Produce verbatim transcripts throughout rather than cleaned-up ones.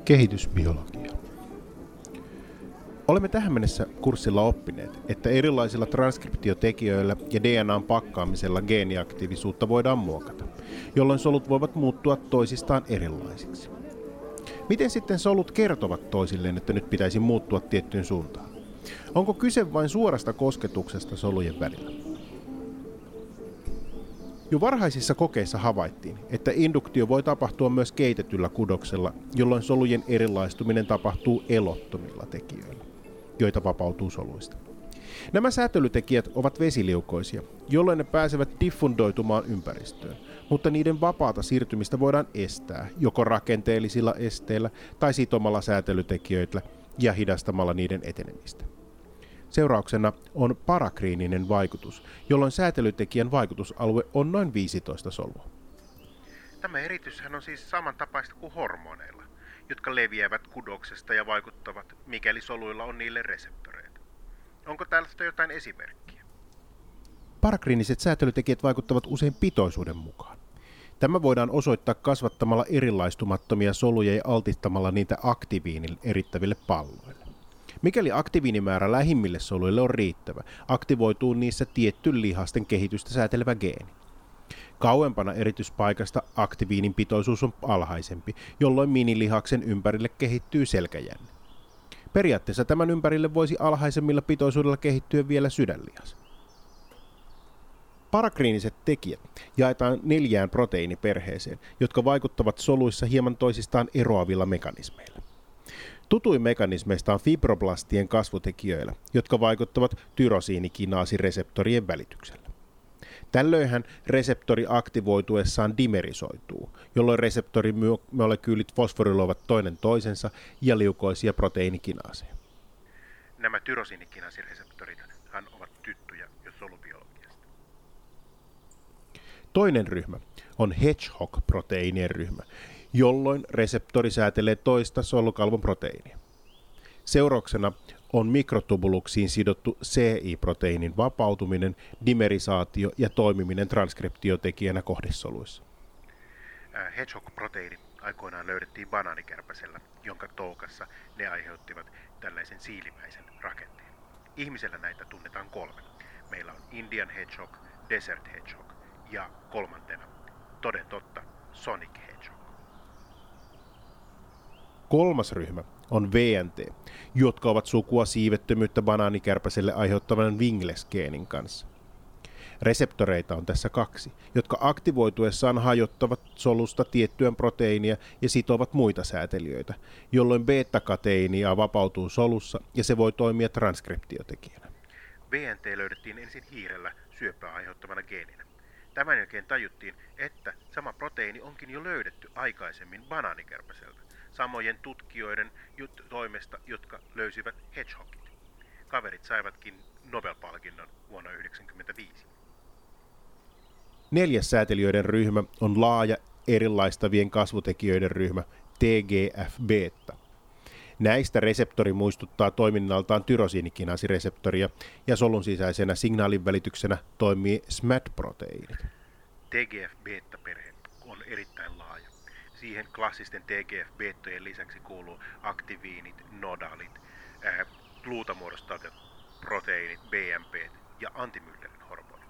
Kehitysbiologia. Olemme tähän mennessä kurssilla oppineet, että erilaisilla transkriptiotekijöillä ja D N A:n pakkaamisella geeniaktiivisuutta voidaan muokata, jolloin solut voivat muuttua toisistaan erilaisiksi. Miten sitten solut kertovat toisilleen, että nyt pitäisi muuttua tiettyyn suuntaan? Onko kyse vain suorasta kosketuksesta solujen välillä? Jo varhaisissa kokeissa havaittiin, että induktio voi tapahtua myös keitetyllä kudoksella, jolloin solujen erilaistuminen tapahtuu elottomilla tekijöillä, joita vapautuu soluista. Nämä säätelytekijät ovat vesiliukoisia, jolloin ne pääsevät diffundoitumaan ympäristöön, mutta niiden vapaata siirtymistä voidaan estää joko rakenteellisilla esteillä tai sitomalla säätelytekijöillä ja hidastamalla niiden etenemistä. Seurauksena on parakliininen vaikutus, jolloin säätelytekijän vaikutusalue on noin viisitoista solua. Tämä erityshän on siis samantapaista kuin hormoneilla, jotka leviävät kudoksesta ja vaikuttavat, mikäli soluilla on niille reseptoreita. Onko tällaista jotain esimerkkiä? Parakliiniset säätelytekijät vaikuttavat usein pitoisuuden mukaan. Tämä voidaan osoittaa kasvattamalla erilaistumattomia soluja ja altistamalla niitä aktiviinin erittäville palloille. Mikäli aktiviinimäärä lähimmille soluille on riittävä, aktivoituu niissä tietty lihasten kehitystä säätelevä geeni. Kauempana erityspaikasta aktiviinin pitoisuus on alhaisempi, jolloin minilihaksen ympärille kehittyy selkäjänne. Periaatteessa tämän ympärille voisi alhaisemmilla pitoisuudella kehittyä vielä sydänlihas. Parakliiniset tekijät jaetaan neljään proteiiniperheeseen, jotka vaikuttavat soluissa hieman toisistaan eroavilla mekanismeilla. Tutuin mekanismeista on fibroblastien kasvutekijöillä, jotka vaikuttavat tyrosiinikinaasireseptorien välityksellä. Tällöinhän reseptori aktivoituessaan dimerisoituu, jolloin reseptorimolekyylit fosforiloivat toinen toisensa ja liukoisia proteiinikinaaseja. Nämä tyrosiinikinaasireseptorithan ovat tyttöjä jo solubiologiasta. Toinen ryhmä on hedgehog-proteiinien ryhmä, jolloin reseptori säätelee toista solukalvon proteiinia. Seurauksena on mikrotubuluksiin sidottu C I-proteiinin vapautuminen, dimerisaatio ja toimiminen transkriptiotekijänä kohdesoluissa. Hedgehog-proteiini aikoinaan löydettiin banaanikärpäsellä, jonka toukassa ne aiheuttivat tällaisen siilimäisen rakenteen. Ihmisellä näitä tunnetaan kolme. Meillä on Indian hedgehog, desert hedgehog ja kolmantena, toden totta, sonic hedgehog. Kolmas ryhmä on V N T, jotka ovat sukua siivettömyyttä banaanikärpäselle aiheuttavan Wingles-geenin kanssa. Reseptoreita on tässä kaksi, jotka aktivoituessaan hajottavat solusta tiettyä proteiinia ja sitovat muita säätelijöitä, jolloin beta-kateiinia vapautuu solussa ja se voi toimia transkriptiotekijänä. V N T löydettiin ensin hiirellä syöpää aiheuttavana geeninä. Tämän jälkeen tajuttiin, että sama proteiini onkin jo löydetty aikaisemmin banaanikärpäseltä, samojen tutkijoiden toimesta, jotka löysivät hedgehogit. Kaverit saivatkin Nobel-palkinnon vuonna yhdeksänkymmentäviisi. Neljäs säätelijöiden ryhmä on laaja erilaistavien kasvutekijöiden ryhmä T G F beta. Näistä reseptori muistuttaa toiminnaltaan tyrosiinikinaasireseptoria ja solun sisäisenä signaalin välityksenä toimii S M A D-proteiinit. T G F beta-perhe on erittäin laaja. Siihen klassisten T G F betojen lisäksi kuuluu aktiviinit, nodaalit, ää, gluuta muodostavat proteiinit, B M P ja antimyllerin hormoni.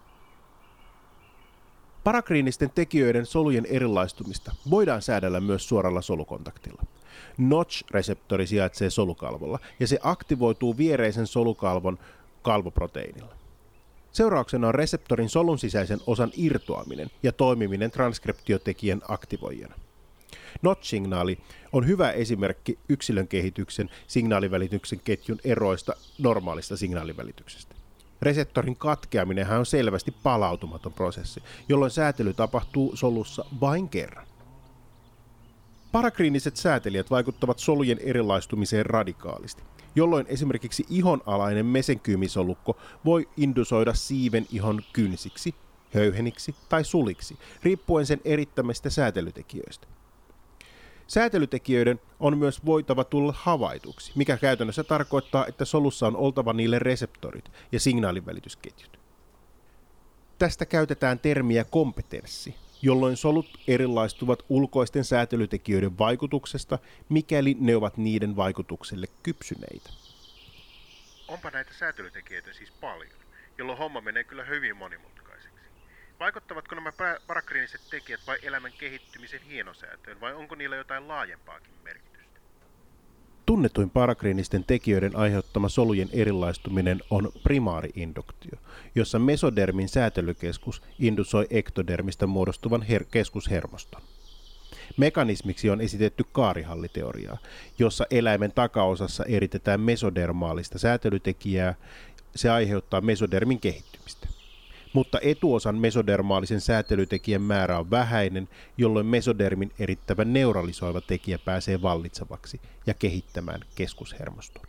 Parakliinisten tekijöiden solujen erilaistumista voidaan säädellä myös suoralla solukontaktilla. Notch-reseptori sijaitsee solukalvolla ja se aktivoituu viereisen solukalvon kalvoproteiinilla. Seurauksena on reseptorin solun sisäisen osan irtoaminen ja toimiminen transkriptiotekijän aktivoijana. Notch-signaali on hyvä esimerkki yksilön kehityksen signaalivälityksen ketjun eroista normaalista signaalivälityksestä. Reseptorin katkeaminenhan on selvästi palautumaton prosessi, jolloin säätely tapahtuu solussa vain kerran. Parakliiniset säätelijät vaikuttavat solujen erilaistumiseen radikaalisti, jolloin esimerkiksi ihonalainen mesenkyymisolukko voi indusoida siiven ihon kynsiksi, höyheniksi tai suliksi, riippuen sen erittämistä säätelytekijöistä. Säätelytekijöiden on myös voitava tulla havaituksi, mikä käytännössä tarkoittaa, että solussa on oltava niille reseptorit ja signaalinvälitysketjut. Tästä käytetään termiä kompetenssi, jolloin solut erilaistuvat ulkoisten säätelytekijöiden vaikutuksesta, mikäli ne ovat niiden vaikutukselle kypsyneitä. Onpa näitä säätelytekijöitä siis paljon, jolloin homma menee kyllä hyvin monimutkaiseksi. Vaikuttavatko nämä parakliiniset tekijät vain elämän kehittymisen hienosäätöön, vai onko niillä jotain laajempaakin merkitystä? Tunnetuin parakliinisten tekijöiden aiheuttama solujen erilaistuminen on primaari-induktio, jossa mesodermin säätelykeskus indusoi ektodermistä muodostuvan her- keskushermoston. Mekanismiksi on esitetty kaarihalliteoriaa, jossa eläimen takaosassa eritetään mesodermaalista säätelytekijää. Se aiheuttaa mesodermin kehittymistä. Mutta etuosan mesodermaalisen säätelytekijän määrä on vähäinen, jolloin mesodermin erittävä neuralisoiva tekijä pääsee vallitsevaksi ja kehittämään keskushermoston.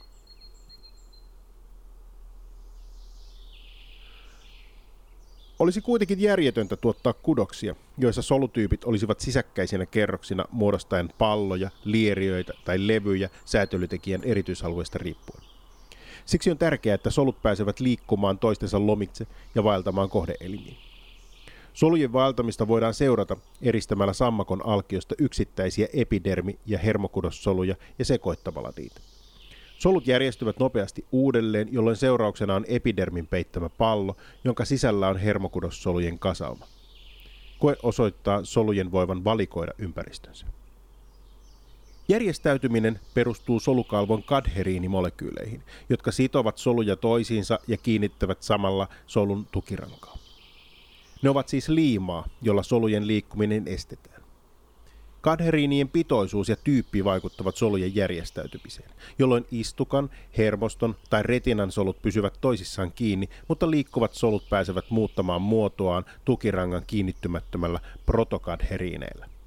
Olisi kuitenkin järjetöntä tuottaa kudoksia, joissa solutyypit olisivat sisäkkäisinä kerroksina muodostaen palloja, lieriöitä tai levyjä säätelytekijän erityisalueesta riippuen. Siksi on tärkeää, että solut pääsevät liikkumaan toistensa lomitse ja vaeltamaan kohdeelimiin. Solujen vaeltamista voidaan seurata eristämällä sammakon alkiosta yksittäisiä epidermi- ja hermokudossoluja ja sekoittamalla niitä. Solut järjestyvät nopeasti uudelleen, jolloin seurauksena on epidermin peittämä pallo, jonka sisällä on hermokudossolujen kasauma. Koe osoittaa solujen voivan valikoida ympäristönsä. Järjestäytyminen perustuu solukalvon kadheriinimolekyyleihin, jotka sitovat soluja toisiinsa ja kiinnittävät samalla solun tukirankaa. Ne ovat siis liimaa, jolla solujen liikkuminen estetään. Kadheriinien pitoisuus ja tyyppi vaikuttavat solujen järjestäytymiseen, jolloin istukan, hermoston tai retinan solut pysyvät toisissaan kiinni, mutta liikkuvat solut pääsevät muuttamaan muotoaan tukirangan kiinnittymättömällä protokadheriineillä.